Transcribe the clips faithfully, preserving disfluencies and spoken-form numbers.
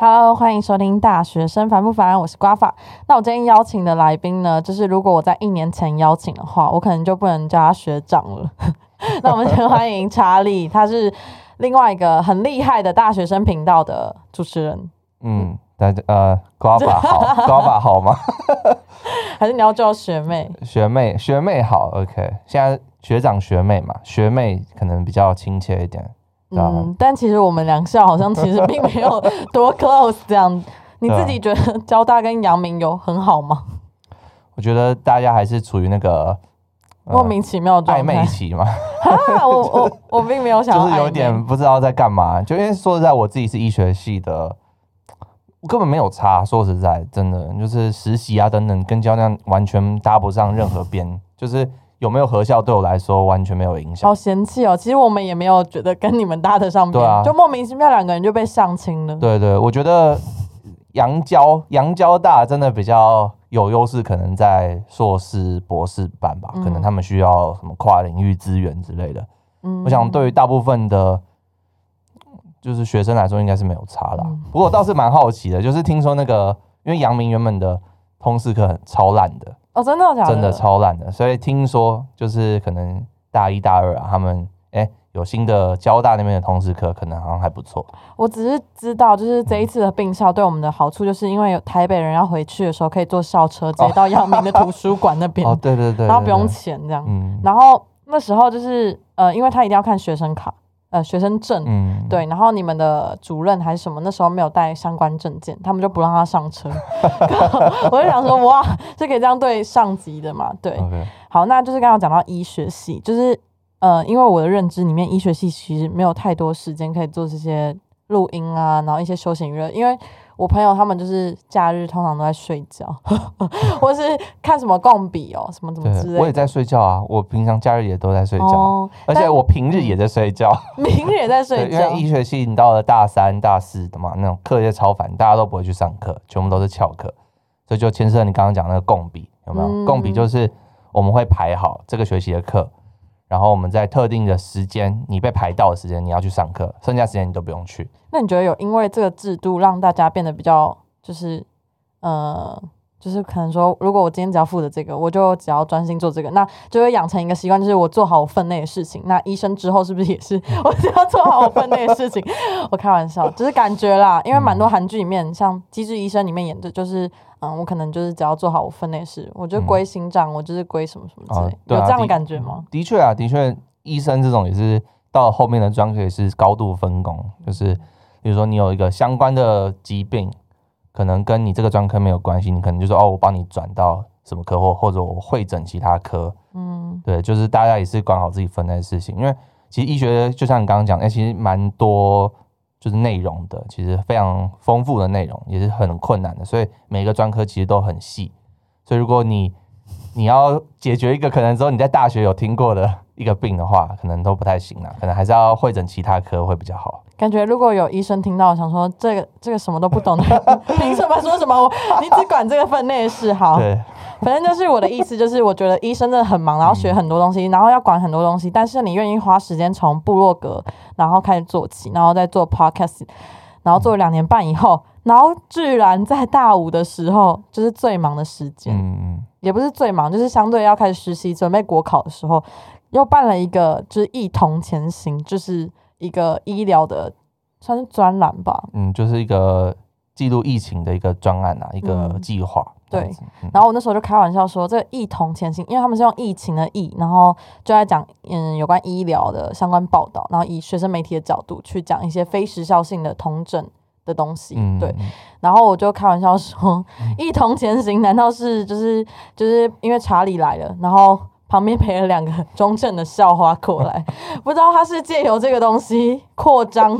Hello， 欢迎收听大学生烦不烦？我是瓜法。那我今天邀请的来宾呢，就是如果我在一年前邀请的话，我可能就不能叫他学长了。那我们先欢迎查理，他是另外一个很厉害的大学生频道的主持人。 嗯，大家呃，瓜法好，瓜法好吗？ 还是你要叫学妹？ 学妹，学妹好 ，OK。现在学长学妹嘛，学妹可能比较亲切一点。 嗯，但其实我们两校好像其实并没有多 close 这样。你自己觉得交大跟阳明有很好吗？ 我觉得大家还是处于那个、 呃、莫名其妙的暧昧期嘛。 啊，我我我并没有想要就是有点不知道在干嘛。就因为说实在，我自己是医学系的，我根本没有差。说实在，真的就是实习啊等等，跟教练完全搭不上任何边，就是有没有合校对我来说完全没有影响。 好嫌弃哦！其实我们也没有觉得跟你们搭得上边，啊、就莫名其妙两个人就被上清了。 对对，我觉得阳交阳交大真的比较有优势，可能在硕士博士班吧、嗯，可能他们需要什么跨领域资源之类的。嗯，我想对于大部分的，就是学生来说，应该是没有差啦、嗯。不过我倒是蛮好奇的，就是听说那个，因为阳明原本的通识课很超烂的。 哦，真的假的？ 真的超烂的，所以听说就是可能大一大二啊，他们哎、欸、有新的交大那边的通识课，可能好像还不错。 我只是知道，就是这一次的并校对我们的好处，就是因为有台北人要回去的时候，可以坐校车直接到阳明的图书馆那边。 哦，对对 对, 对， 然后不用钱这样。嗯，然后那时候就是呃，因为他一定要看学生卡。呃，学生证、嗯，对，然後你們的主任還是什麼，那時候沒有帶相關證件，他們就不讓他上車。我就想說，哇，是可以這樣對上級的嘛？對， okay. 好，那就是剛剛講到醫學系，就是呃，因為我的認知裡面，醫學系其實沒有太多時間可以做這些錄音啊，然後一些休閒娛樂，因為我朋友他們就是假日通常都在睡覺，或是看什麼共筆哦，什麼什麼之類的。 我也在睡覺啊，我平常假日也都在睡覺，哦、而且我平日也在睡覺。 平日也在睡覺， 因為醫學系你到了大三、大四的嘛，那種課業超煩，大家都不會去上課，全部都是翹課，所以就牽涉你剛剛講那個共筆，有沒有？嗯、共筆就是我們會排好這個學期的課。然後我們在特定的時間，你被排到的時間，你要去上課，剩下時間你都不用去。 那你覺得有因為這個制度讓大家變得比較，就是呃，就是可能說，如果我今天只要負責這個，我就只要專心做這個，那就會養成一個習慣，就是我做好我分內的事情。那醫生之後是不是也是我只要做好我分內的事情？我開玩笑，就是感覺啦，因為蠻多韓劇裡面，像《機智醫生》裡面演的，就是。嗯，我可能就是只要做好我分內事，我就歸心臟、嗯，我就是歸什麼什麼之類、哦對啊，有這樣的感覺嗎？ 的確啊，的確，醫生這種也是到了後面的專科也是高度分工，就是比如說你有一個相關的疾病，可能跟你這個專科沒有關係，你可能就說哦，我幫你轉到什麼科或或者我會診其他科，嗯，對，就是大家也是管好自己分內的事情，因為其實醫學就像你剛剛講，哎、欸，其實蠻多。就是內容的，其實非常豐富的內容，也是很困難的，所以每個專科其實都很細。所以如果你你要解決一個可能之後你在大學有聽過的一個病的話，可能都不太行啦，可能還是要會診其他科會比較好。 感覺如果有醫生聽到，想說這個這個什麼都不懂的，憑什麼說什麼？你只管這個分內的事好。對。反正就是我的意思，就是我覺得醫生真的很忙，然後學很多東西，然後要管很多東西，但是你願意花時間從部落格，然後開始做起，然後再做 podcast， 然後做兩年半以後，然後居然在大五的時候，就是最忙的時間，嗯，也不是最忙，就是相對要開始實習，準備國考的時候，又辦了一個就是一同前行，就是一個醫療的算是專欄吧， 嗯，就是一個記錄疫情的一個專案啊，一個計劃。嗯對，然後我那時候就開玩笑說，這個疫同前行，因為他們是用疫情的疫，然後就在講嗯有關醫療的相關報道，然後以學生媒體的角度去講一些非時效性的統整的東西，嗯、對。然後我就開玩笑說，疫同前行難道是就是就是因為查理來了，然後旁邊陪了兩個中正的校花過來，不知道他是借由這個東西擴張。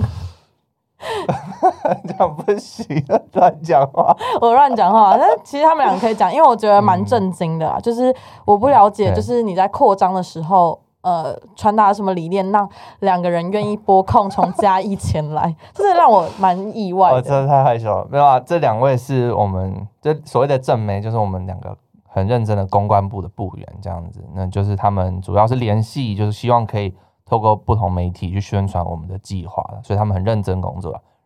這樣不行，亂講話。 我亂講話，但其實他們兩個可以講，因為我覺得蠻震驚的啦、嗯。就是我不了解，就是你在擴張的時候，呃，傳達什麼理念，讓兩個人願意撥空從嘉義前來，這是讓我蠻意外的。 我、哦、真的太害羞了，沒有啊，這兩位是我們這所謂的正媒，就是我們兩個很認真的公關部的部員，這樣子，那就是他們主要是聯繫，就是希望可以透過不同媒體去宣傳我們的計劃，所以他們很認真工作。然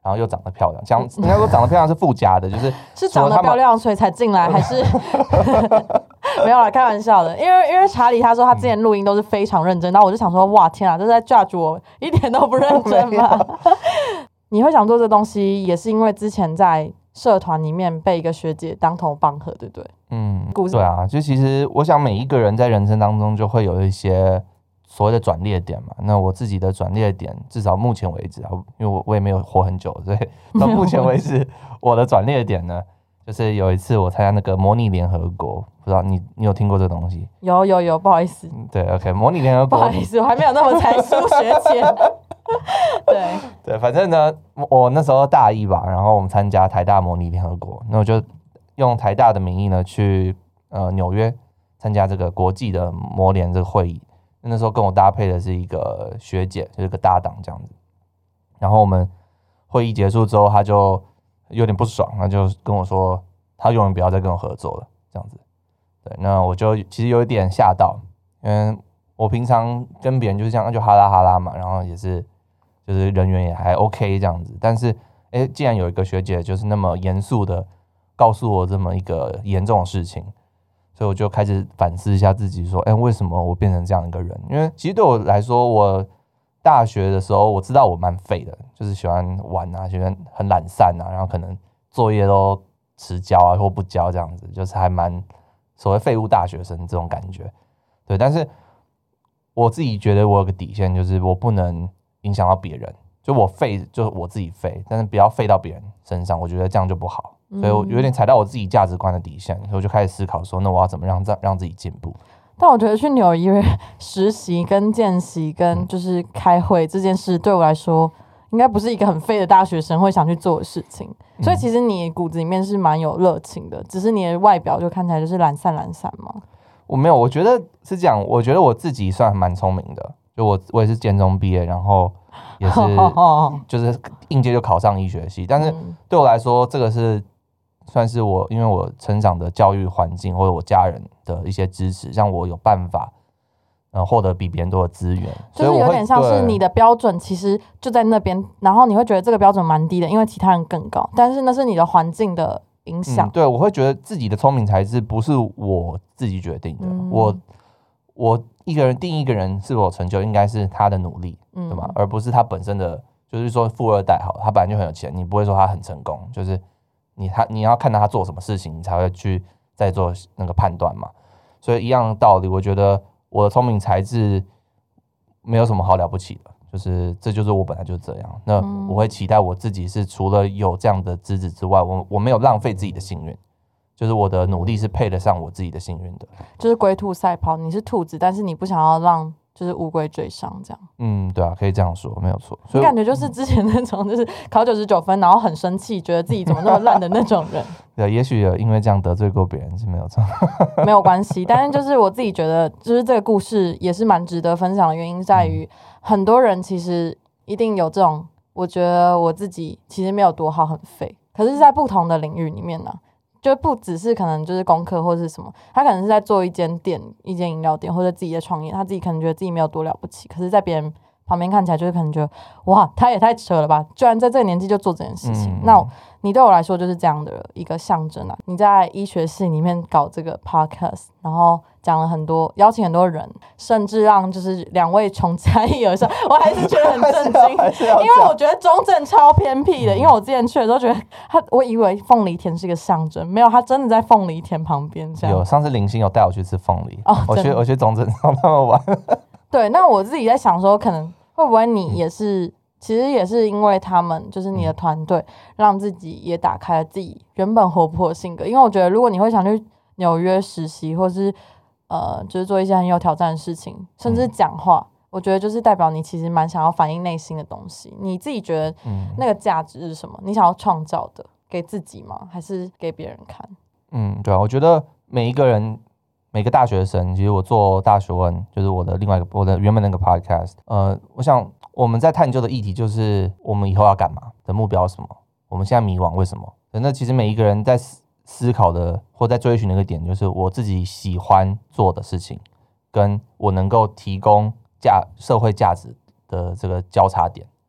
然后又长得漂亮，讲人家说长得漂亮是附加的，就是是长得漂亮所以才进来，还是没有啦，开玩笑的。因为因为查理他说他之前录音都是非常认真，然后我就想说，哇天啊，这是在 judge 我一点都不认真吗？你会想做这东西，也是因为之前在社团里面被一个学姐当头棒喝，对不对？ 嗯，对啊，就其实我想每一个人在人生当中就会有一些所谓的转捩点嘛。那我自己的转捩点，至少目前为止啊，因为我我也没有活很久，所以到目前为止我的转捩点呢，就是有一次我参加那个模拟联合国，不知道你你有听过这个东西？ 有有有，不好意思。 对 ，OK， 模拟联合国， 不好意思，我还没有那么才疏学浅。对对，反正呢，我那时候大一吧，然后我们参加台大模拟联合国，那我就用台大的名义呢去呃纽约参加这个国际的模联这个会议。那时候跟我搭配的是一个学姐，就是个搭档这样子。然后我们会议结束之后，他就有点不爽，他就跟我说，他永远不要再跟我合作了，这样子。对，那我就其实有一点吓到，因为我平常跟别人就是这样，就哈拉哈拉嘛，然后也是就是人缘也还 OK 这样子。但是，哎，既然有一个学姐就是那么严肃的告诉我这么一个严重的事情，所以我就开始反思一下自己，说，哎，为什么我变成这样一个人？因为其实对我来说，我大学的时候我知道我蛮废的，就是喜欢玩啊，喜欢很懒散啊，然后可能作业都迟交啊或不交这样子，就是还蛮所谓废物大学生这种感觉。对，但是我自己觉得我有个底线，就是我不能影响到别人，就我废就是我自己废，但是不要废到别人身上，我觉得这样就不好。所以我有点踩到我自己价值观的底线，所以我就开始思考说，那我要怎么让让自己进步？ 但我觉得去纽约实习、跟见习、跟就是开会这件事，对我来说，应该不是一个很废的大学生会想去做的事情。所以其实你骨子里面是蛮有热情的，只是你的外表就看起来就是懒散懒散嘛。 我没有，我觉得是这样。我觉得我自己算蛮聪明的，就我我也是建中毕业，然后也是就是应届就考上医学系，但是对我来说，这个是。算是我，因为我成长的教育环境或者我家人的一些支持，让我有办法呃获得比别人多的资源， 就是有点像是你的标准其实就在那边，然后你会觉得这个标准蛮低的，因为其他人更高，但是那是你的环境的影响。 嗯、对，我会觉得自己的聪明才智不是我自己决定的，嗯、我我一个人定义一个人是否有成就，应该是他的努力，嗯、对吗？而不是他本身的，就是说富二代好，他本来就很有钱，你不会说他很成功，就是。你他你要看到他做什么事情，你才会去再做那个判断嘛。所以一样的道理，我觉得我的聪明才智没有什么好了不起的，就是这就是我本来就是这样。那我会期待我自己是除了有这样的资质之外，我我没有浪费自己的幸运，就是我的努力是配得上我自己的幸运的。 就是龟兔赛跑，你是兔子，但是你不想要让。就是乌龟追上这样， 嗯，对啊，可以这样说，没有错。 你感觉就是之前那种，就是考九十九分，然后很生气，觉得自己怎么那么烂的那种人。 对，也许有因为这样得罪过别人是没有错， 没有关系。但是就是我自己觉得，就是这个故事也是蛮值得分享的原因在于，很多人其实一定有这种，我觉得我自己其实没有多好，很废，可是在不同的领域里面呢、啊。就不只是可能就是功课或是什么，他可能是在做一间店、一间饮料店或者自己的创业，他自己可能觉得自己没有多了不起，可是在别人旁边看起来就是可能觉得哇，他也太扯了吧，居然在这个年纪就做这件事情。嗯、那你对我来说就是这样的一个象征啊！你在医学系里面搞这个 podcast， 然后讲了很多，邀请很多人，甚至让就是两位从嘉义而上，我还是觉得很震惊，因为我觉得中正超偏僻的，嗯、因为我之前去的时候觉得他，我以为凤梨田是一个象征，没有，他真的在凤梨田旁边这样。 有，上次林星有带我去吃凤梨，哦、我去我去中正让他们玩。 对，那我自己在想说，可能会不会你也是。嗯其实也是因为他们，就是你的团队，让自己也打开了自己原本活泼的性格。因为我觉得，如果你会想去纽约实习，或是呃，就是做一些很有挑战的事情，甚至讲话，嗯、我觉得就是代表你其实蛮想要反映内心的东西。你自己觉得那个价值是什么？你想要创造的，给自己吗？还是给别人看？ 嗯，对啊，我觉得每一个人。每个大学生，其实我做大学问，就是我的另外一个我的原本那个 podcast， 呃，我想我们在探究的议题就是我们以后要干嘛的目标是什么？我们现在迷惘为什么？那其实每一个人在思思考的或在追寻的一个点，就是我自己喜欢做的事情，跟我能够提供价社会价值的这个交叉点。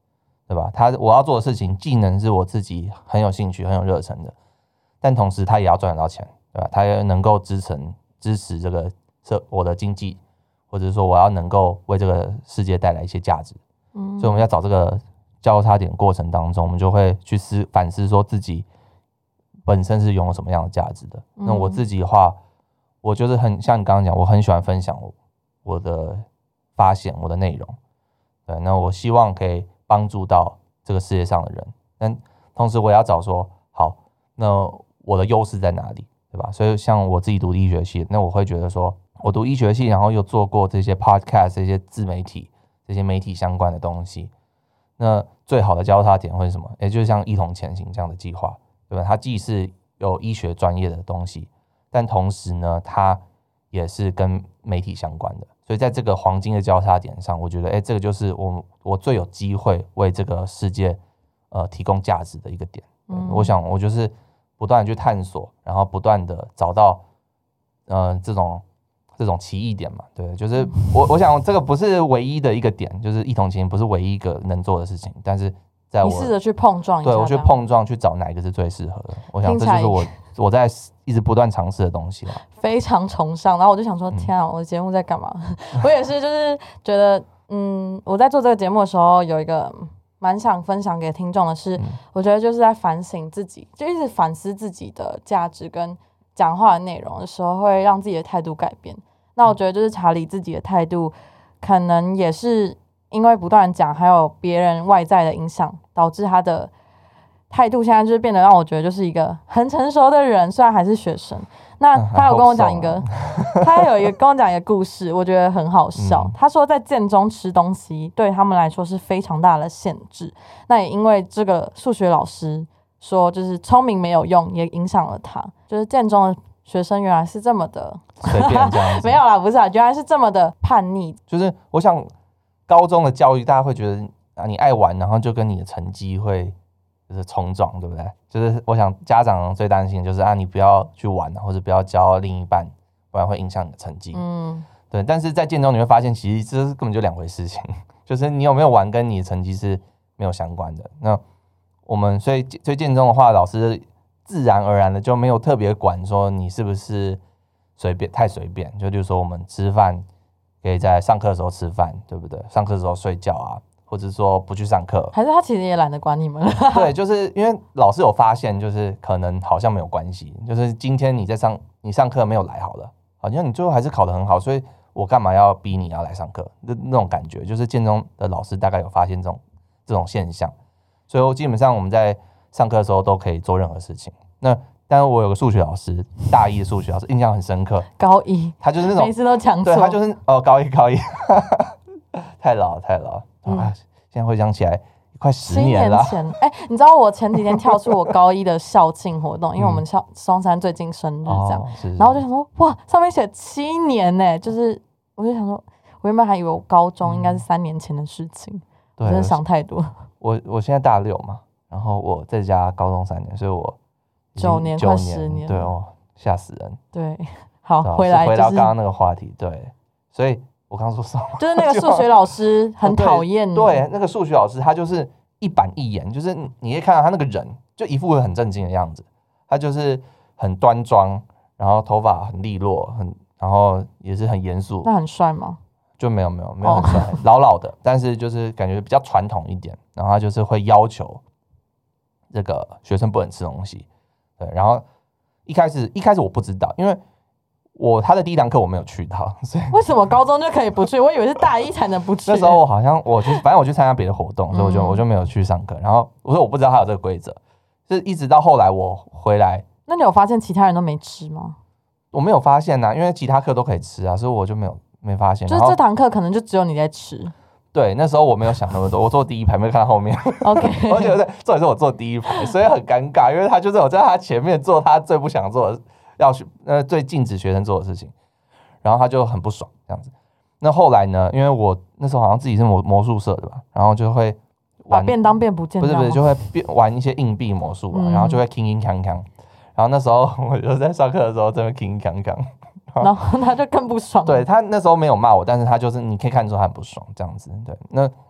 对吧？他我要做的事情，技能是我自己很有兴趣、很有热忱的，但同时他也要赚得到钱，对吧？他也能够支撑支持这个社我的经济，或者是说我要能够为这个世界带来一些价值。嗯，所以我们要找这个交叉点过程当中，我们就会去思反思说自己本身是拥有什么样的价值的。嗯、那我自己的话，我就是很像你刚刚讲，我很喜欢分享我我的发现、我的内容。对，那我希望可以帮助到这个世界上的人，但同时我也要找说，好，那我的优势在哪里，对吧？所以像我自己读医学系，那我会觉得说，我读医学系，然后又做过这些 podcast、这些自媒体、这些媒体相关的东西，那最好的交叉点会是什么？也就是像一同前行这样的计划，对吧？它既是有医学专业的东西，但同时呢，它也是跟媒体相关的。所以在这个黄金的交叉点上，我觉得，哎、欸，这个就是我我最有机会为这个世界呃提供价值的一个点。嗯，我想我就是不断的去探索，然后不断的找到呃这种这种奇异点嘛。对，就是我我想这个不是唯一的一个点，就是一同前行不是唯一一个能做的事情，但是在我你试着去碰撞一下， 对我去碰撞去找哪一个是最适合的。我想这就是我我在一直不断尝试的东西了。 非常崇尚，然后我就想说，天啊，我的节目在干嘛？我也是，就是觉得，嗯，我在做这个节目的时候，有一个蛮想分享给听众的是，嗯、我觉得就是在反省自己，就一直反思自己的价值跟讲话的内容的时候，会让自己的态度改变。那我觉得就是查理自己的态度，可能也是因为不断讲，还有别人外在的影响，导致他的态度现在就是变得让我觉得就是一个很成熟的人，虽然还是学生。那他有跟我讲一个，他有一个跟我讲一个故事，我觉得很好笑。嗯、他说在建中吃东西对他们来说是非常大的限制。那也因为这个数学老师说，就是聪明没有用，也影响了他。就是建中的学生原来是这么的随便这样子， 没有啦，不是啊，原来是这么的叛逆。 就是我想高中的教育，大家会觉得啊，你爱玩，然后就跟你的成绩会。就是冲撞，对不对？就是我想家长最担心的就是啊，你不要去玩，或者不要交另一半，不然会影响你的成绩。嗯，对。但是在建中你会发现，其实这根本就两回事情，就是你有没有玩跟你的成绩是没有相关的。那我们所以所以建中的话，老师自然而然的就没有特别管说你是不是随便太随便。就比如说我们吃饭可以在上课的时候吃饭，对不对？上课的时候睡觉啊。或者说不去上课， 还是他其实也懒得管你们了。 对，就是因为老师有发现，就是可能好像没有关系，就是今天你在上你上课没有来好了，好像你最后还是考得很好，所以我干嘛要逼你要来上课？那那种感觉，就是建中的老师大概有发现这种这种现象，所以基本上我们在上课的时候都可以做任何事情。那但是我有个数学老师，大一的数学老师印象很深刻， 高一， 他就是那种每次都讲错， 对他就是哦高一高一，太老了太老了。嗯、啊，现在回想起来，快十年了。 七年前，哎、欸，你知道我前几天跳出我高一的校庆活动，因为我们校松山最近生日这样，哦、是是然后我就想说，哇，上面写七年呢、欸，就是我就想说，我原本还以为我高中应该是三年前的事情，嗯、我真的想太多。 我我现在大六嘛，然后我在家高中三年，所以我九年快十年， 对哦，吓死人。 对，好，回来、就是、 回到刚刚那个话题，对，所以。我刚刚说什么？ 就是那个数学老师很讨厌、哦、 对, 对，那个数学老师他就是一板一眼，就是你可以看到他那个人就一副很正经的样子，他就是很端庄，然后头发很利落，很然后也是很严肃。 那很帅吗？ 就没有没有没有很帅，哦、老老的，但是就是感觉比较传统一点。然后他就是会要求这个学生不能吃东西，对。然后一开始一开始我不知道，因为。我他的第一堂课我没有去到，所以为什么高中就可以不去？我以为是大一才能不去。 那时候我好像我去，反正我去参加别的活动，所以我就、嗯、我就没有去上课。然后我说我不知道他有这个规则，就是一直到后来我回来。 那你有发现其他人都没吃吗？ 我没有发现啊，因为其他课都可以吃啊，所以我就没有没发现。 就是这堂课可能就只有你在吃。 对，那时候我没有想那么多，我坐第一排没有看到后面。 OK， 我觉得重点是我坐第一排，所以很尴尬，因为他就是我在他前面做他最不想做的，要去呃最禁止学生做的事情。然后他就很不爽这样子。那后来呢？因为我那时候好像自己是魔魔术社的吧，然后就会把便当变不见， 不是不是，就会玩一些硬币魔术啊，嗯、然后就会铿铿锵锵。然后那时候我就在上课的时候，在那铿铿锵锵， 然后他就更不爽。 对他那时候没有骂我，但是他就是你可以看出他很不爽这样子。对，那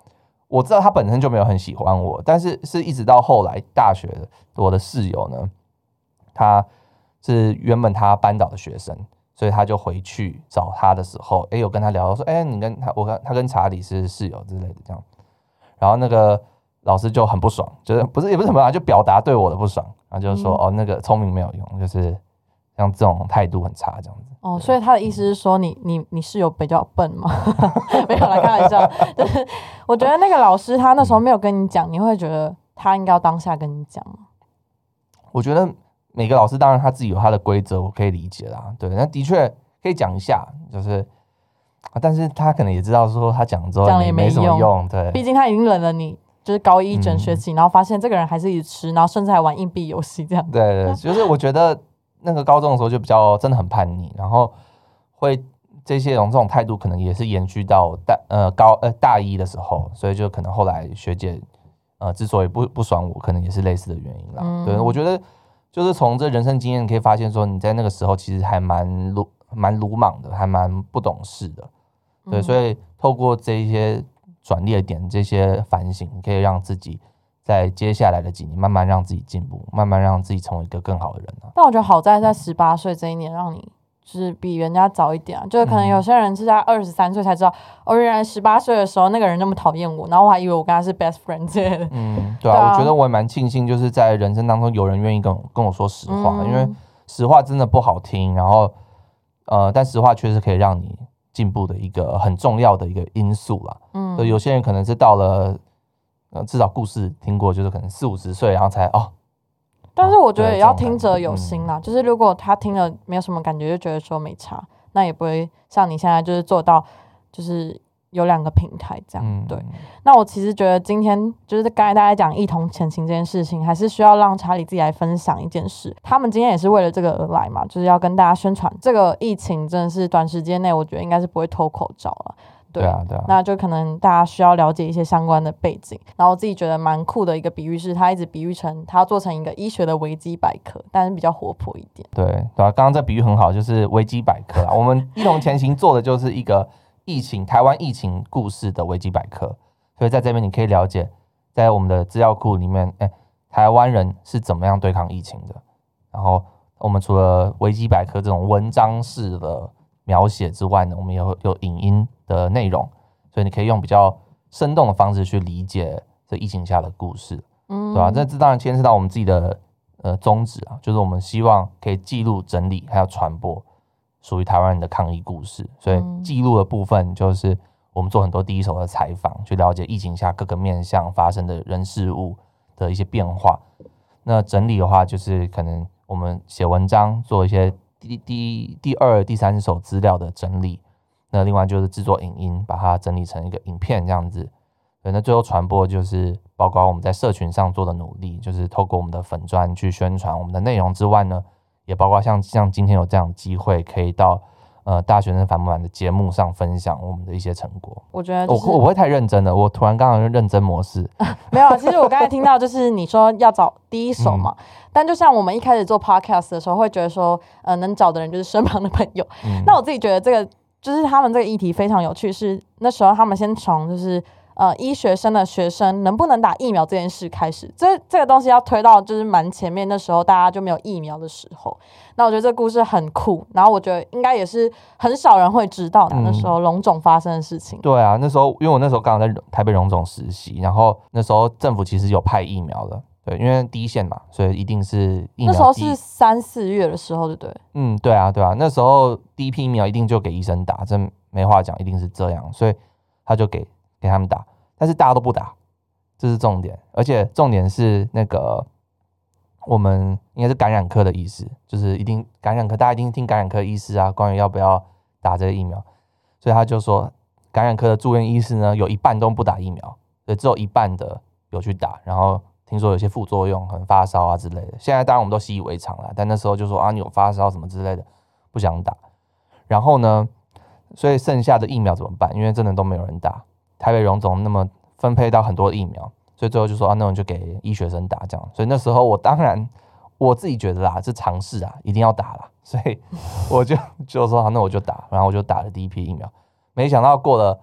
我知道他本身就没有很喜欢我，但是是一直到后来大学的我的室友呢，他是原本他班导的学生，所以他就回去找他的时候，哎，有跟他聊说，哎，你跟他，我跟他跟查理是室友之类的这样，然后那个老师就很不爽，就是不是也不是很不爽，就表达对我的不爽，然后就说、嗯、哦，那个聪明没有用，就是像这种态度很差这样子。 哦，所以他的意思是说你你你室友比较笨吗？没有啦，开玩笑。就是我觉得那个老师他那时候没有跟你讲，你会觉得他应该要当下跟你讲吗？ 我觉得每个老师当然他自己有他的规则，我可以理解啦。对，那的确可以讲一下，就是、啊，但是他可能也知道说他讲之后也没什么用，对， 毕竟他已经忍了你就是高一整学期、嗯，然后发现这个人还是一直吃，然后甚至还玩硬币游戏这样。 对对，就是我觉得那个高中的时候就比较真的很叛逆，然后会这些种这种态度可能也是延续到大呃高呃大一的时候，所以就可能后来学姐呃之所以不不爽我，可能也是类似的原因啦。嗯、对，我觉得就是从这人生经验可以发现说，你在那个时候其实还蛮鲁蛮鲁莽的，还蛮不懂事的。对，嗯、所以透过这一些转捩点、这些反省，可以让自己在接下来的几年慢慢让自己进步，慢慢让自己成为一个更好的人、啊、 但我觉得好在在十八岁这一年让你就是比人家早一点、啊、就是可能有些人是在二十三岁才知道、嗯、哦，原来十八岁的时候那个人那么讨厌我，然后我还以为我跟他是 best friend 之类的。 嗯，对啊，对啊，我觉得我也蛮庆幸，就是在人生当中有人愿意跟我跟我说实话、嗯，因为实话真的不好听，然后呃，但实话确实可以让你进步的一个很重要的一个因素啦。嗯，所以有些人可能是到了呃，至少故事听过，就是可能四五十岁然后才哦。 但是我觉得也要听者有心啦、嗯，就是如果他听了没有什么感觉，就觉得说没差，那也不会像你现在就是做到，就是有两个平台这样。嗯、对，那我其实觉得今天就是刚才大家讲一同前行这件事情，还是需要让查理自己来分享一件事。他们今天也是为了这个而来嘛，就是要跟大家宣传这个疫情真的是短时间内，我觉得应该是不会脱口罩了。对, 对啊，对啊， 那就可能大家需要了解一些相关的背景。然后我自己觉得蛮酷的一个比喻是，他一直比喻成他要做成一个医学的维基百科，但是比较活泼一点。 对对啊，刚刚这比喻很好，就是维基百科啊。我们一同前行做的就是一个疫情台湾疫情故事的维基百科，所以在这边你可以了解，在我们的资料库里面，哎，台湾人是怎么样对抗疫情的。然后我们除了维基百科这种文章式的描写之外呢，我们也有有影音的内容，所以你可以用比较生动的方式去理解这疫情下的故事，嗯，对吧？这这当然牵涉到我们自己的呃宗旨啊，就是我们希望可以记录、整理还有传播属于台湾人的抗疫故事。所以记录的部分就是我们做很多第一手的采访，去了解疫情下各个面向发生的人事物的一些变化。那整理的话，就是可能我们写文章，做一些第第第二、第三手资料的整理。那另外就是制作影音，把它整理成一个影片这样子。对，那最后传播就是包括我们在社群上做的努力，就是透过我们的粉专去宣传我们的内容之外呢，也包括像像今天有这样的机会，可以到呃大学生反不满的节目上分享我们的一些成果。 我觉得、就是、 我我不会太认真了，我突然刚好就认真模式。 没有，其实我刚才听到就是你说要找第一手嘛，嗯、但就像我们一开始做 podcast 的时候，会觉得说呃能找的人就是身旁的朋友。嗯、那我自己觉得这个。就是他们这个议题非常有趣，是那时候他们先从就是呃医学生的学生能不能打疫苗这件事开始，这这个东西要推到就是蛮前面，那时候大家就没有疫苗的时候。那我觉得这个故事很酷，然后我觉得应该也是很少人会知道的、嗯、那时候荣总发生的事情。 对啊，那时候因为我那时候刚好在台北荣总实习，然后那时候政府其实有派疫苗的。对，因为第一线嘛，所以一定是疫苗。 那时候是三四月的时候，对不对？ 嗯，对啊，对啊，那时候第一批疫苗一定就给医生打，这没话讲，一定是这样，所以他就给给他们打，但是大家都不打，这是重点，而且重点是那个我们应该是感染科的医师，就是一定感染科，大家一定听感染科医师啊，关于要不要打这个疫苗，所以他就说感染科的住院医师呢，有一半都不打疫苗，所以只有一半的有去打，然后。听说有些副作用，可能发烧啊之类的。现在当然我们都习以为常了，但那时候就说啊，你有发烧什么之类的，不想打。然后呢，所以剩下的疫苗怎么办？因为真的都没有人打。台北荣总那么分配到很多疫苗，所以最后就说啊，那我就给医学生打这样。所以那时候我当然我自己觉得啦，是尝试啊，一定要打啦，所以我就就说好，那我就打。然后我就打了第一批疫苗，没想到过了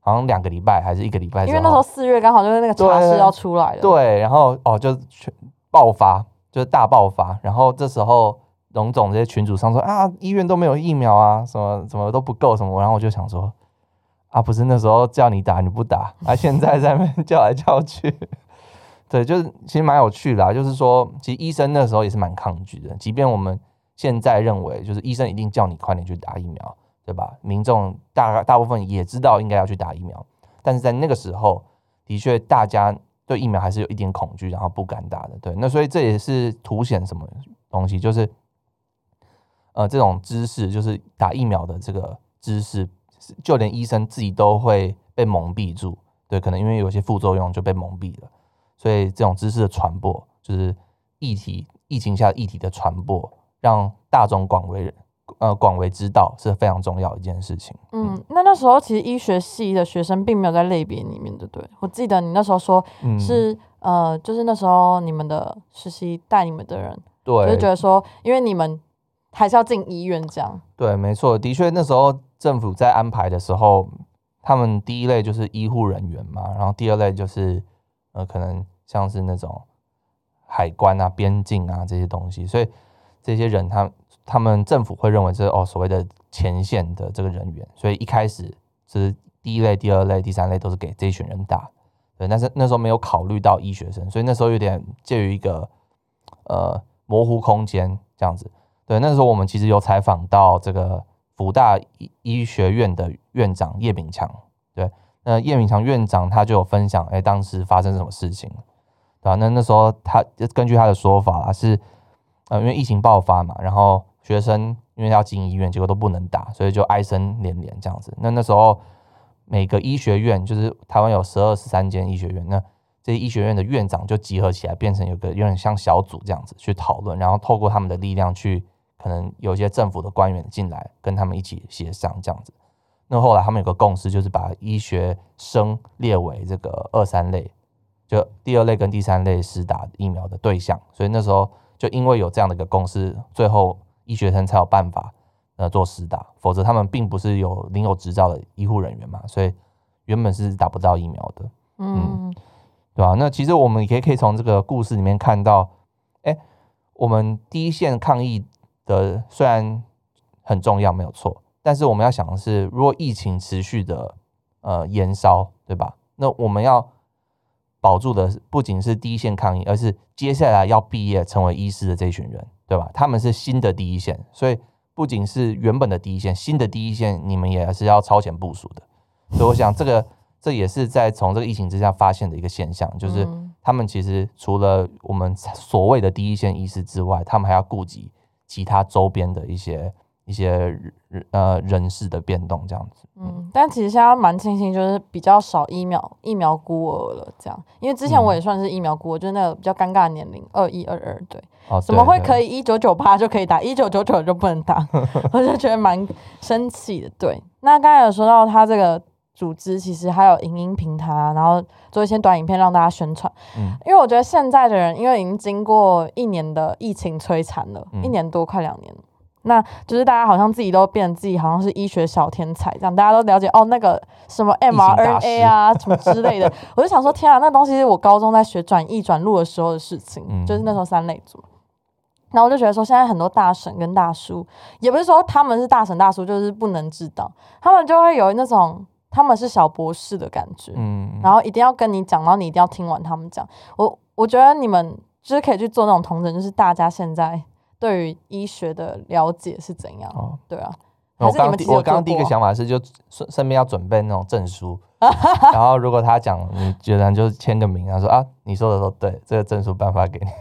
好像两个礼拜还是一个礼拜之后， 因为那时候四月刚好就是那个茶室要出来了， 对，然后哦就爆发，就是大爆发，然后这时候荣总这些群组上说啊，医院都没有疫苗啊，什么什么都不够什么，然后我就想说啊，不是那时候叫你打你不打，啊现在在那边叫来叫去，对，就是其实蛮有趣的啦，就是说其实医生那时候也是蛮抗拒的，即便我们现在认为就是医生一定叫你快点去打疫苗。对吧？民众大大部分也知道应该要去打疫苗，但是在那个时候，的确大家对疫苗还是有一点恐惧，然后不敢打的。对，那所以这也是凸显什么东西，就是呃这种知识，就是打疫苗的这个知识，就连医生自己都会被蒙蔽住。对，可能因为有些副作用就被蒙蔽了，所以这种知识的传播，就是议题疫情下议题的传播，让大众广为呃，广为知道是非常重要的一件事情。 嗯，嗯那那时候其实医学系的学生并没有在类别里面，对不对？我记得你那时候说是、嗯、呃，就是那时候你们的实习带你们的人， 对， 就是觉得说，因为你们还是要进医院这样。 对，没错，的确那时候政府在安排的时候，他们第一类就是医护人员嘛，然后第二类就是呃，可能像是那种海关啊、边境啊这些东西，所以这些人他。他们政府会认为这是哦所谓的前线的这个人员，所以一开始是第一类、第二类、第三类都是给这一群人打，对，但是那时候没有考虑到医学生，所以那时候有点介于一个呃模糊空间这样子。对，那时候我们其实有采访到这个辅大医学院的院长叶炳强，对，那叶炳强院长他就有分享，哎，当时发生什么事情，对吧？那那时候他根据他的说法啊是，呃，因为疫情爆发嘛，然后学生因为要进医院，结果都不能打，所以就哀声连连这样子。那那时候每个医学院，就是台湾有十二、十三间医学院，那这些医学院的院长就集合起来，变成有个有点像小组这样子去讨论，然后透过他们的力量去，可能有一些政府的官员进来跟他们一起协商这样子。那后来他们有个共识，就是把医学生列为这个二三类，就第二类跟第三类施打疫苗的对象。所以那时候就因为有这样的一个共识，最后医学生才有办法呃做施打，否则他们并不是有领有执照的医护人员嘛，所以原本是打不到疫苗的。嗯，嗯对吧？那其实我们也可以从这个故事里面看到，哎，我们第一线抗疫的虽然很重要，没有错，但是我们要想的是，如果疫情持续的呃延烧，对吧？那我们要保住的不仅是第一线抗疫，而是接下来要毕业成为医师的这群人，对吧？他们是新的第一线，所以不仅是原本的第一线，新的第一线你们也是要超前部署的。所以我想这个这也是在从这个疫情之下发现的一个现象，就是他们其实除了我们所谓的第一线医师之外，他们还要顾及其他周边的一些一些呃人事的变动这样子。 嗯，但其实现在蛮庆幸，就是比较少疫苗疫苗孤儿了，这样，因为之前我也算是疫苗孤儿，嗯、就是那个比较尴尬的年龄，二一二二，对， 哦， 怎么会可以一九九八就可以打，一九九九就不能打，我就觉得蛮生气的。对，那刚才有说到他这个组织，其实还有影音平台啊，然后做一些短影片让大家宣传。嗯，因为我觉得现在的人，因为已经经过一年的疫情摧残了，嗯、一年多快两年了。那就是大家好像自己都变成自己好像是医学小天才这样，大家都了解哦那个什么 M R N A 啊什么之类的，我就想说天啊，那东西是我高中在学转译转录的时候的事情，嗯、就是那时候三类组。然后我就觉得说，现在很多大神跟大叔，也不是说他们是大神大叔，就是不能知道，他们就会有那种他们是小博士的感觉，嗯，然后一定要跟你讲，然后你一定要听完他们讲。我我觉得你们就是可以去做那种同整，就是大家现在对于医学的了解是怎样？哦、对啊，还是你们我刚刚第一个想法是，就身边要准备那种证书，然后如果他讲你觉得就签个名，他说啊，你说的都对，这个证书颁发给你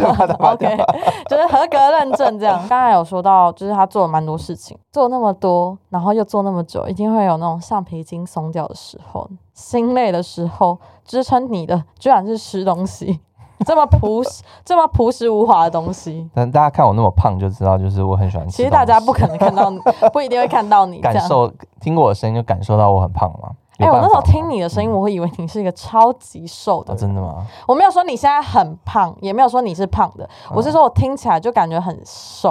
，OK， 就是合格认证这样。刚才有说到，就是他做了蛮多事情，做那么多，然后又做那么久，一定会有那种橡皮筋松掉的时候，心累的时候，支撑你的居然是吃东西。这么朴实、这么朴实无华的东西， 但大家看我那么胖就知道，就是我很喜欢吃。 其实大家不可能看到你，不一定会看到你。 感受听过我的声音就感受到我很胖吗？ 哎、欸，我那时候听你的声音，我会以为你是一个超级瘦的、 哦。真的吗？ 我没有说你现在很胖，也没有说你是胖的，我是说我听起来就感觉很瘦，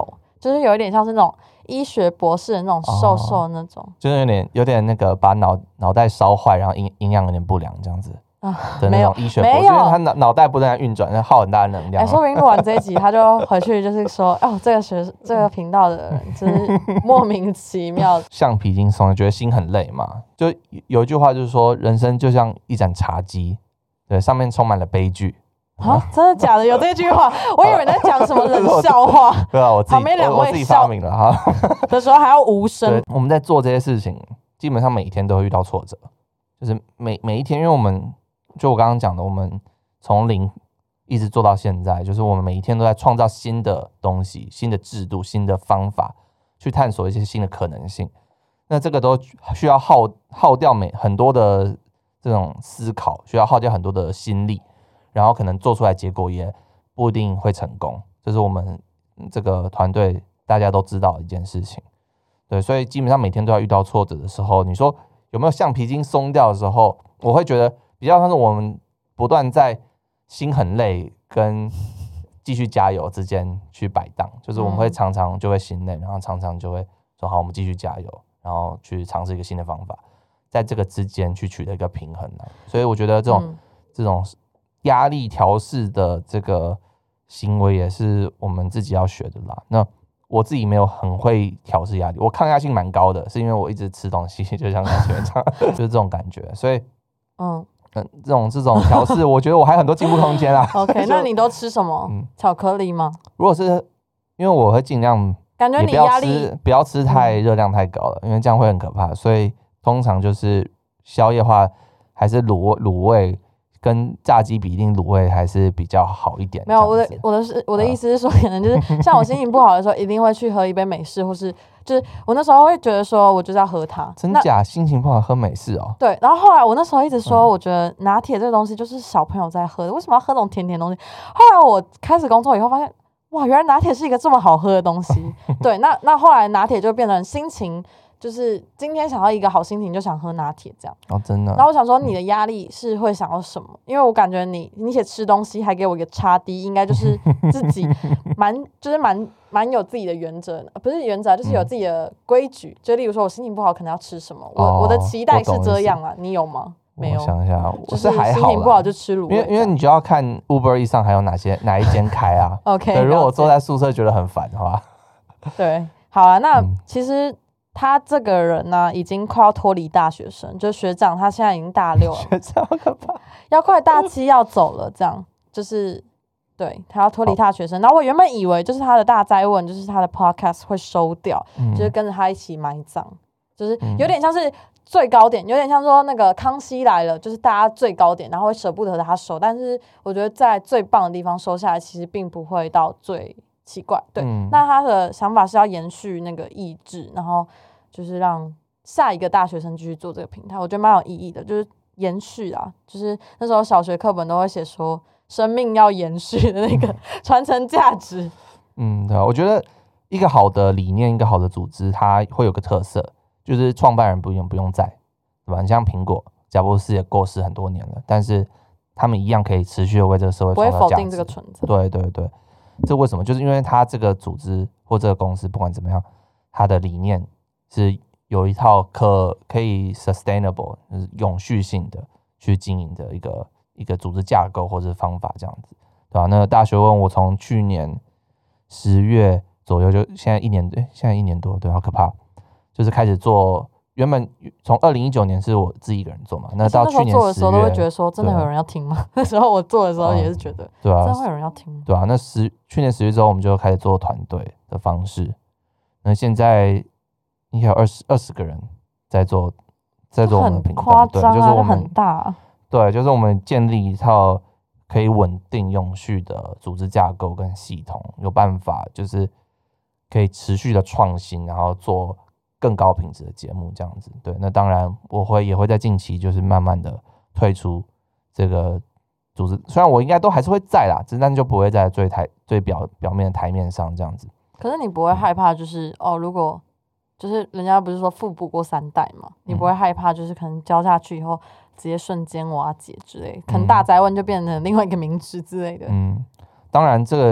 就是有一点像是那种医学博士的那种瘦瘦的那种，哦、 就是有点有点那个把脑脑袋烧坏，然后营营养有点不良这样子。的那种医学博士，因为他脑脑袋不在运转，耗很大的能量。 哎、欸，说不定录完这一集，他就回去就是说，哦，这个学这个频道的人真是莫名其妙。 橡皮筋松，觉得心很累嘛。就有一句话就是说，人生就像一盏茶几，对，上面充满了悲剧。 啊，真的假的？有这句话？我以为在讲什么冷笑话。 对啊，我自己旁边两位我自己发明了哈。 的时候还要无声。 我们在做这些事情，基本上每一天都会遇到挫折，就是每每一天，因为我们。就我刚刚讲的，我们从零一直做到现在，就是我们每一天都在创造新的东西、新的制度、新的方法，去探索一些新的可能性。那这个都需要耗耗掉每很多的这种思考，需要耗掉很多的心力，然后可能做出来结果也不一定会成功。这是我们这个团队大家都知道的一件事情。对，所以基本上每天都要遇到挫折的时候，你说有没有橡皮筋松掉的时候？我会觉得。比较像是我们不断在心很累跟继续加油之间去摆荡，就是我们会常常就会心累，然后常常就会说好，我们继续加油，然后去尝试一个新的方法，在这个之间去取得一个平衡。所以我觉得这种、嗯、这种压力调适的这个行为也是我们自己要学的啦。那我自己没有很会调适压力，我抗压性蛮高的，是因为我一直吃东西，就像刚才讲，就是这种感觉，所以嗯。嗯，这种这种调试，我觉得我还有很多进步空间啊。 OK， 那你都吃什么？嗯、巧克力吗？ 如果是因为我会尽量， 感觉你压力不要吃太热量太高了，嗯、因为这样会很可怕。所以通常就是宵夜话，还是卤卤味跟炸鸡比，一定卤味还是比较好一点。 没有，我的我的是我的意思是说，可能就是像我心情不好的时候，一定会去喝一杯美式，或是。就是我那时候会觉得说，我就是要喝它。 真假？心情不好喝美式哦。 对，然后后来我那时候一直说，我觉得拿铁这个东西就是小朋友在喝的，为什么要喝那种甜甜的东西？后来我开始工作以后发现，哇，原来拿铁是一个这么好喝的东西。对，那那后来拿铁就变成心情，就是今天想要一个好心情就想喝拿铁这样。 哦，真的。 然后我想说，你的压力是会想要什么？因为我感觉你你写吃东西还给我一个叉 D， 应该就是自己蛮就是蛮。蛮有自己的原则，不是原则，就是有自己的规矩。嗯、就例如说，我心情不好，可能要吃什么。我、哦、我的期待是这样啊，你有吗？没有。 我想一下，我是还好。 心情不好就吃卤味， 因为因为你就要看 Uber Eats 上还有哪些哪一间开啊。 OK， 对，如果我坐在宿舍觉得很烦的话， 对，好啊。那、嗯、其实他这个人呢、啊，已经快要脱离大学生，就是学长，他现在已经大六了， 学长好可怕， 要快大七要走了，这样就是。对，他要脱离他的学生，然后我原本以为就是他的大哉问，就是他的 podcast 会收掉，嗯、就是跟着他一起埋葬，就是有点像是最高点，有点像说那个康熙来了，就是大家最高点，然后会舍不得他收，但是我觉得在最棒的地方收下来，其实并不会到最奇怪。对，嗯、那他的想法是要延续那个意志，然后就是让下一个大学生继续做这个平台，我觉得蛮有意义的，就是延续啊，就是那时候小学课本都会写说。生命要延续的那个传承价值， 嗯，对啊，我觉得一个好的理念，一个好的组织，它会有个特色，就是创办人不用不用在，对吧？你像苹果，贾伯斯也过世很多年了，但是他们一样可以持续的为这个社会创造价值， 不会否定这个存在。 对对对，这为什么？就是因为他这个组织或这个公司，不管怎么样，它的理念是有一套可可以 sustainable， 就是永续性的去经营的一个。一个组织架构或者方法这样子，对吧、啊？那个大学问我从去年十月左右就现在一年，对，现在一年多，对，好可怕，就是开始做。原本从二零一九年是我自己一个人做嘛，那到去年做的时候都会觉得说，真的有人要听吗？那时候我做的时候也是觉得， 对啊， 真的会有人要听， 对啊。那十去年十月之后，我们就开始做团队的方式。那现在应该有二十二十个人在做，在做我们的频道， 很夸张啊， 对，就是我们很大、啊。 对，就是我们建立一套可以稳定永续的组织架构跟系统，有办法就是可以持续的创新，然后做更高品质的节目这样子。对，那当然我会也会在近期就是慢慢的退出这个组织，虽然我应该都还是会在啦，但就不会在最台最表表面的台面上这样子。 可是你不会害怕就是、嗯、哦，如果就是人家不是说富不过三代嘛，你不会害怕就是可能交下去以后。直接瞬间瓦解之类，可能大哉问就变成另外一个名词之类的。 嗯，当然这个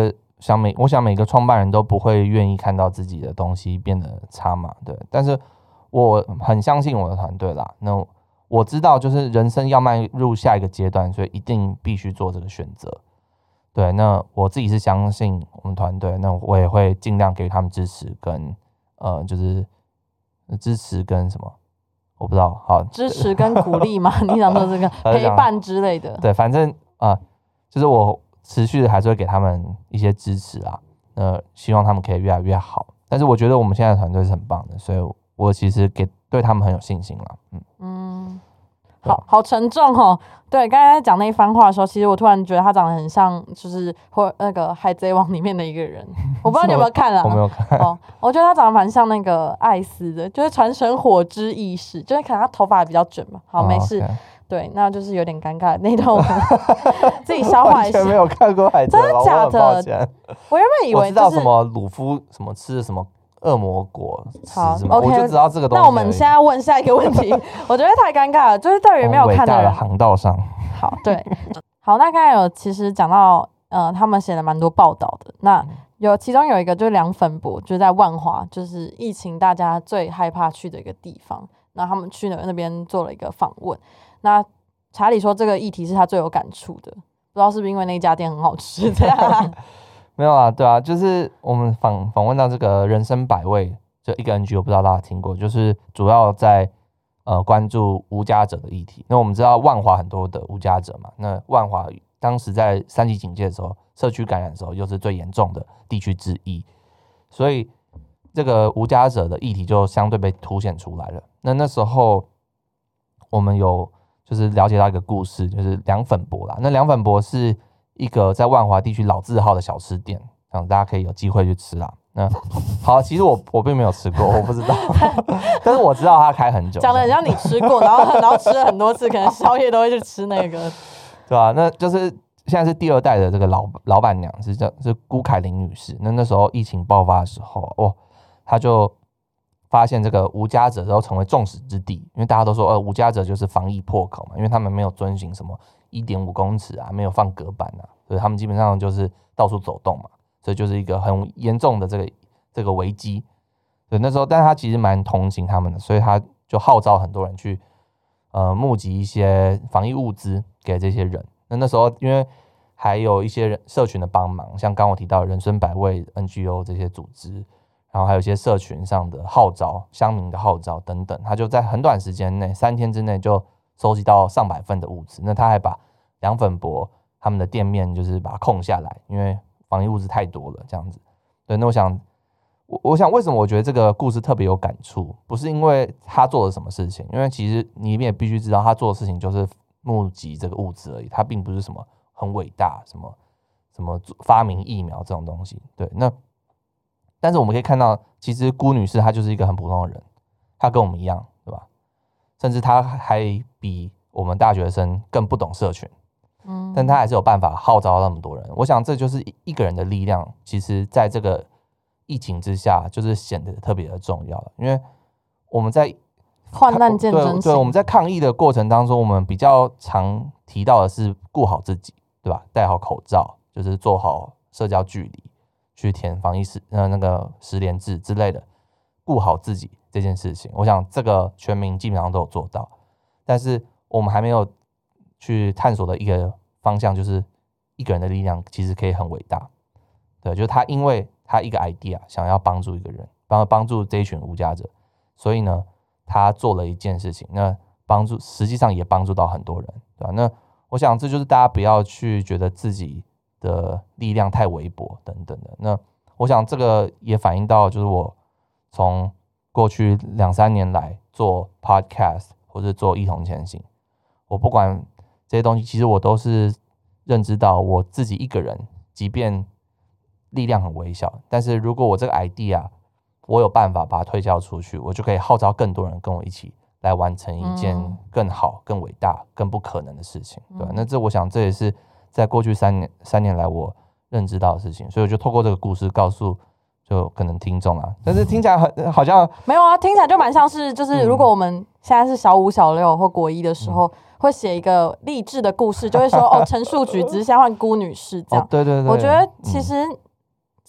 想每我想每个创办人都不会愿意看到自己的东西变得差嘛，对。但是我很相信我的团队啦，那我知道就是人生要迈入下一个阶段，所以一定必须做这个选择。对，那我自己是相信我们团队，那我也会尽量给他们支持跟呃，就是支持跟什么，我不知道，好， 支持跟鼓励吗？你想说这个陪伴之类的？ 对，反正啊、呃，就是我持续的还是会给他们一些支持啊，那希望他们可以越来越好。但是我觉得我们现在的团队是很棒的，所以我其实给对他们很有信心啦。嗯嗯， 好好沉重哦。对，刚才在讲那一番话的时候，其实我突然觉得他长得很像，就是或那个《海贼王》里面的一个人。我不知道你有没有看啊？ 我没有看。 哦，我觉得他长得蛮像那个艾斯的，就是传承火之意识，就是可能他头发比较卷嘛。好，没事。Oh, okay. 对，那就是有点尴尬。那段我自己消化一下。 完全没有看过《海贼王》， 真的假的？我原本以为、就是、 我知道什么鲁夫什么吃的什么恶魔果吃什么， OK， 我就知道这个东西。 那我们现在问下一个问题，我觉得太尴尬了，就是对于没有看的人。 伟大的航道上。 好，对，好，那刚才有其实讲到，呃，他们写了蛮多报道的。那有其中有一个就是凉粉博，就是在万华，就是疫情大家最害怕去的一个地方。那他们去那那边做了一个访问。那查理说这个议题是他最有感触的，不知道是不是因为那家店很好吃这样。 没有啊，对啊，就是我们访访问到这个人生百味，就一个 N G O， 不知道大家听过，就是主要在呃关注无家者的议题。那我们知道万华很多的无家者嘛，那万华当时在三级警戒的时候，社区感染的时候，又是最严重的地区之一，所以这个无家者的议题就相对被凸显出来了。那那时候我们有就是了解到一个故事，就是凉粉博啦。那凉粉博是一个在万华地区老字号的小吃店，让大家可以有机会去吃啦。那好，其实我我并没有吃过，我不知道，但是我知道他开很久， 讲的很像你吃过，然后然后吃了很多次，可能宵夜都会去吃那个， 对吧、啊？那就是现在是第二代的这个老老板娘是叫是辜凯琳女士。那那时候疫情爆发的时候，哦，她就发现这个无家者都成为众矢之的，因为大家都说，呃，无家者就是防疫破口嘛，因为他们没有遵循什么一点五公尺啊，没有放隔板啊，所以他们基本上就是到处走动嘛，所以就是一个很严重的这个这个危机。对，那时候，但是他其实蛮同情他们的，所以他就号召很多人去呃募集一些防疫物资给这些人。那那时候因为还有一些人社群的帮忙，像刚我提到的人生百味 N G O 这些组织。然后还有一些社群上的号召、乡民的号召等等，他就在很短时间内，三天之内就收集到上百份的物资。那他还把凉粉博他们的店面就是把它空下来，因为防疫物资太多了，这样子。对，那我想，我我想为什么我觉得这个故事特别有感触，不是因为他做了什么事情，因为其实你也必须知道，他做的事情就是募集这个物资而已，他并不是什么很伟大，什么什么发明疫苗这种东西。对，那。但是我们可以看到，其实辜女士她就是一个很普通的人，她跟我们一样，对吧？甚至她还比我们大学生更不懂社群，嗯，但她还是有办法号召那么多人。我想这就是一个人的力量，其实在这个疫情之下，就是显得特别的重要了。因为我们在患难见真情， 对，对，我们在抗疫的过程当中，我们比较常提到的是顾好自己，对吧？戴好口罩，就是做好社交距离。去填防疫十呃那个十连制之类的，顾好自己这件事情，我想这个全民基本上都有做到，但是我们还没有去探索的一个方向，就是一个人的力量其实可以很伟大，对，就是他因为他一个 idea 想要帮助一个人，帮帮助这一群无家者，所以呢，他做了一件事情，那帮助实际上也帮助到很多人，对吧？那我想这就是大家不要去觉得自己的力量太微薄等等的。那我想这个也反映到就是我从过去两三年来做 podcast 或者做一同前行，我不管这些东西，其实我都是认知到我自己一个人，即便力量很微小，但是如果我这个 idea 我有办法把它推销出去，我就可以号召更多人跟我一起来完成一件更好、更伟大、更不可能的事情。对，那这我想这也是在过去三年三年来我认知到的事情，所以我就透过这个故事告诉就可能听众啊，但是听起来很好像没有啊，听起来就蛮像是就是如果我们现在是小五小六或国一的时候、嗯、会写一个励志的故事，就会说哦陈述举只是现在换辜女士这样、 哦、对对对， 我觉得其实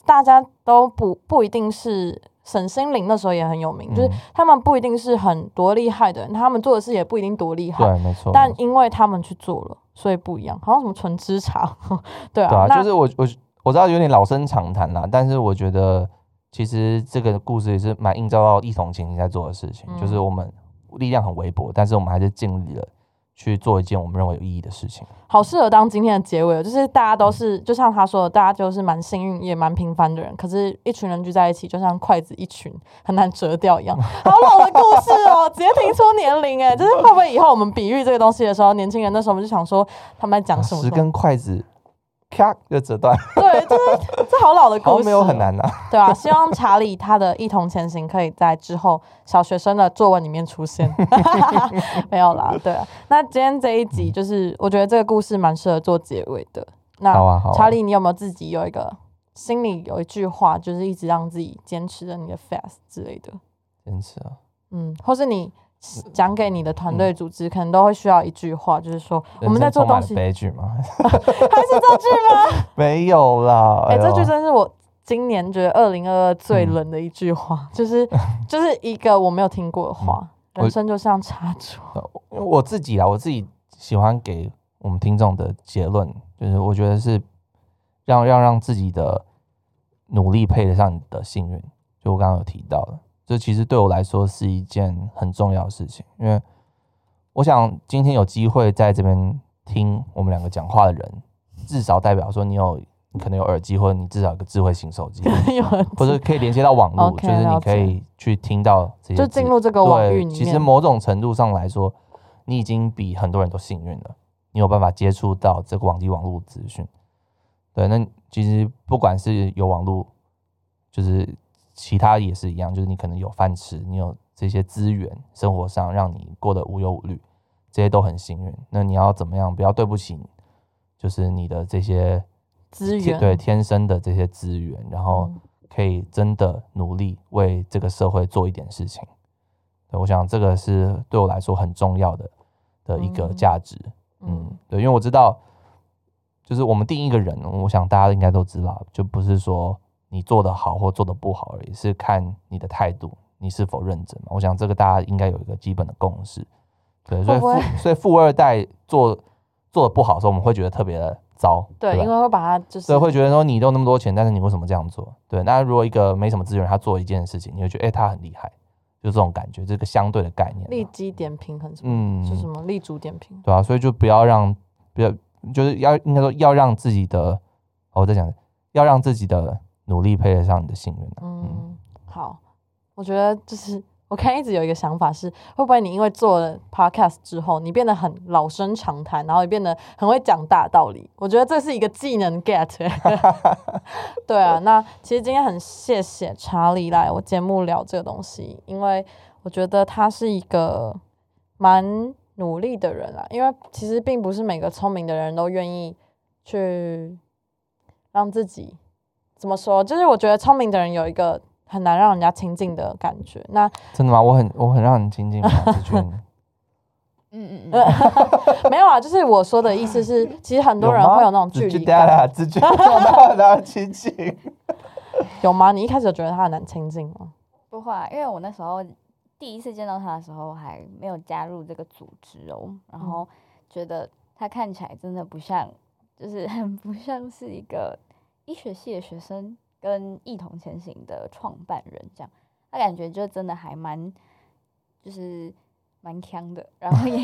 大家都不不一定是。沈心凌那时候也很有名，嗯、就是他们不一定是很多厉害的人，他们做的事也不一定多厉害， 对，没错。 但因为他们去做了，所以不一样。好像什么纯吃茶，对啊， 对啊，就是我我我知道有点老生常谈啦，但是我觉得其实这个故事也是蛮映照到一同情在做的事情，嗯、就是我们力量很微薄，但是我们还是尽力了。去做一件我们认为有意义的事情， 好适合当今天的结尾，就是大家都是，就像他说的，大家就是蛮幸运也蛮平凡的人，可是一群人聚在一起，就像筷子一群，很难折掉一样。好老的故事哦，直接听出年龄哎，就是会不会以后我们比喻这个东西的时候，年轻人那时候我们就想说他们在讲什么？ 十根筷子。咔就折断， 对，就是这好老的故事， 没有很难啊， 对啊，希望查理他的一同前行可以在之后小学生的作文里面出现，没有啦，对啊。那今天这一集就是，我觉得这个故事蛮适合做结尾的。那好啊，好啊。 查理，你有没有自己有一个心里有一句话，就是一直让自己坚持着你的 fast 之类的？ 坚持啊， 嗯，或是你。讲给你的团队组织、嗯、可能都会需要一句话，就是说我们在做东西。 悲剧吗？ 还是这句吗？ 没有啦。 哎、欸，这句真是我今年觉得二零二二最冷的一句话，嗯、就是就是一个我没有听过的话。嗯、人生就像插座。 我自己啊，我自己喜欢给我们听众的结论，就是我觉得是让让让自己的努力配得上你的幸运。就我刚刚有提到的。这其实对我来说是一件很重要的事情，因为我想今天有机会在这边听我们两个讲话的人，至少代表说你有你可能有耳机，或者你至少有个智慧型手机，或者可以连接到网络， okay, 就是你可以去听到这些， 就进入这个网域里面。 其实某种程度上来说，你已经比很多人都幸运了，你有办法接触到这个网际网络资讯。对，那其实不管是有网络，就是其他也是一样，就是你可能有饭吃，你有这些资源，生活上让你过得无忧无虑，这些都很幸运。那你要怎么样不要对不起就是你的这些资源， 对天生的这些资源，然后可以真的努力为这个社会做一点事情。对，我想这个是对我来说很重要的的一个价值。嗯，嗯对，因为我知道就是我们定一个人，我想大家应该都知道，就不是说你做得好或做得不好而已，是看你的态度，你是否认真嘛。我想这个大家应该有一个基本的共识。对，所以富所以富二代做做得不好的时候，我们会觉得特别的糟。 对， 对， 因为会把他就是对，会觉得说你都那么多钱，但是你为什么这样做？对，那如果一个没什么资源，他做一件事情，你会觉得哎、欸，他很厉害，就这种感觉，这个相对的概念。 立基点评很什么？嗯，是什么立足点评？ 对啊，所以就不要让不要就是要应该说要让自己的，哦、我在讲要让自己的努力配得上你的幸运、啊。 嗯，嗯好，我觉得就是我看一直有一个想法是，会不会你因为做了 podcast 之后，你变得很老生常谈，然后你变得很会讲大道理？我觉得这是一个技能 get 、欸。对啊，那其实今天很谢谢查理来我节目聊这个东西，因为我觉得他是一个蛮努力的人啦，因为其实并不是每个聪明的人都愿意去让自己怎么说，就是我觉得聪明的人有一个很难让人家亲近的感觉。那真的吗？我很我很让人亲近吗？ 嗯嗯嗯，没有啊，就是我说的意思是，其实很多人会有那种距离感， 直觉做到很难亲近。 有吗？你一开始有觉得他很难亲近吗？ 不会、啊，因为我那时候第一次见到他的时候还没有加入这个组织哦，然后觉得他看起来真的不像，就是很不像是一个医学系的学生跟一同前行的创办人这样，他感觉就真的还蛮就是蛮强的，然后也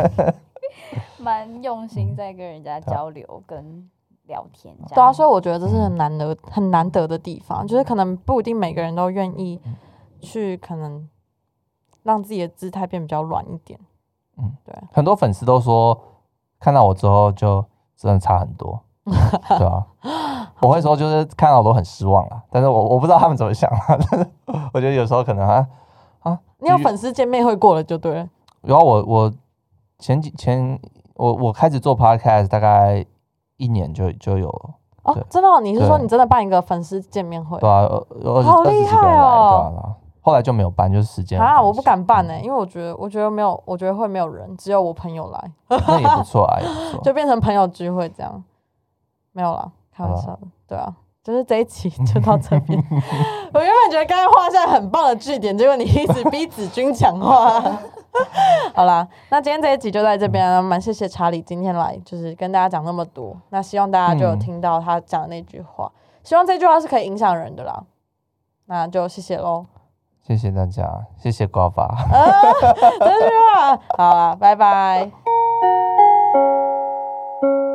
蛮用心在跟人家交流跟聊天这样。 对啊，所以我觉得这是很难得很难得的地方，就是可能不一定每个人都愿意去可能让自己的姿态变比较软一点。嗯，对。 很多粉丝都说看到我之后就真的差很多，对啊。我会说就是看到我都很失望啦，但是我我不知道他们怎么想啦，但是我觉得有时候可能啊啊， 你有粉丝见面会过了就对了。 然后我我前几前我我开始做 podcast 大概一年就就有了。 哦，真的、哦？你是说你真的办一个粉丝见面会？ 对啊， 好厉害哦！ 对啊，后来就没有办，就是时间啊，我不敢办呢、欸，因为我觉得我觉得没有，我觉得会没有人，只有我朋友来， 那也不错啊，也不错， 就变成朋友聚会这样。没有啦，开玩笑的，对啊， 就是这一期就到这边。我原本觉得刚才画下很棒的句点，结果你一直逼子君讲话。好啦，那今天这一集就在这边，蛮谢谢查理今天来，就是跟大家讲那么多。那希望大家就有听到他讲的那句话，嗯、希望这句话是可以影响人的啦。那就谢谢喽， 谢谢大家，谢谢瓜爸。 啊，这句话好啦，拜拜。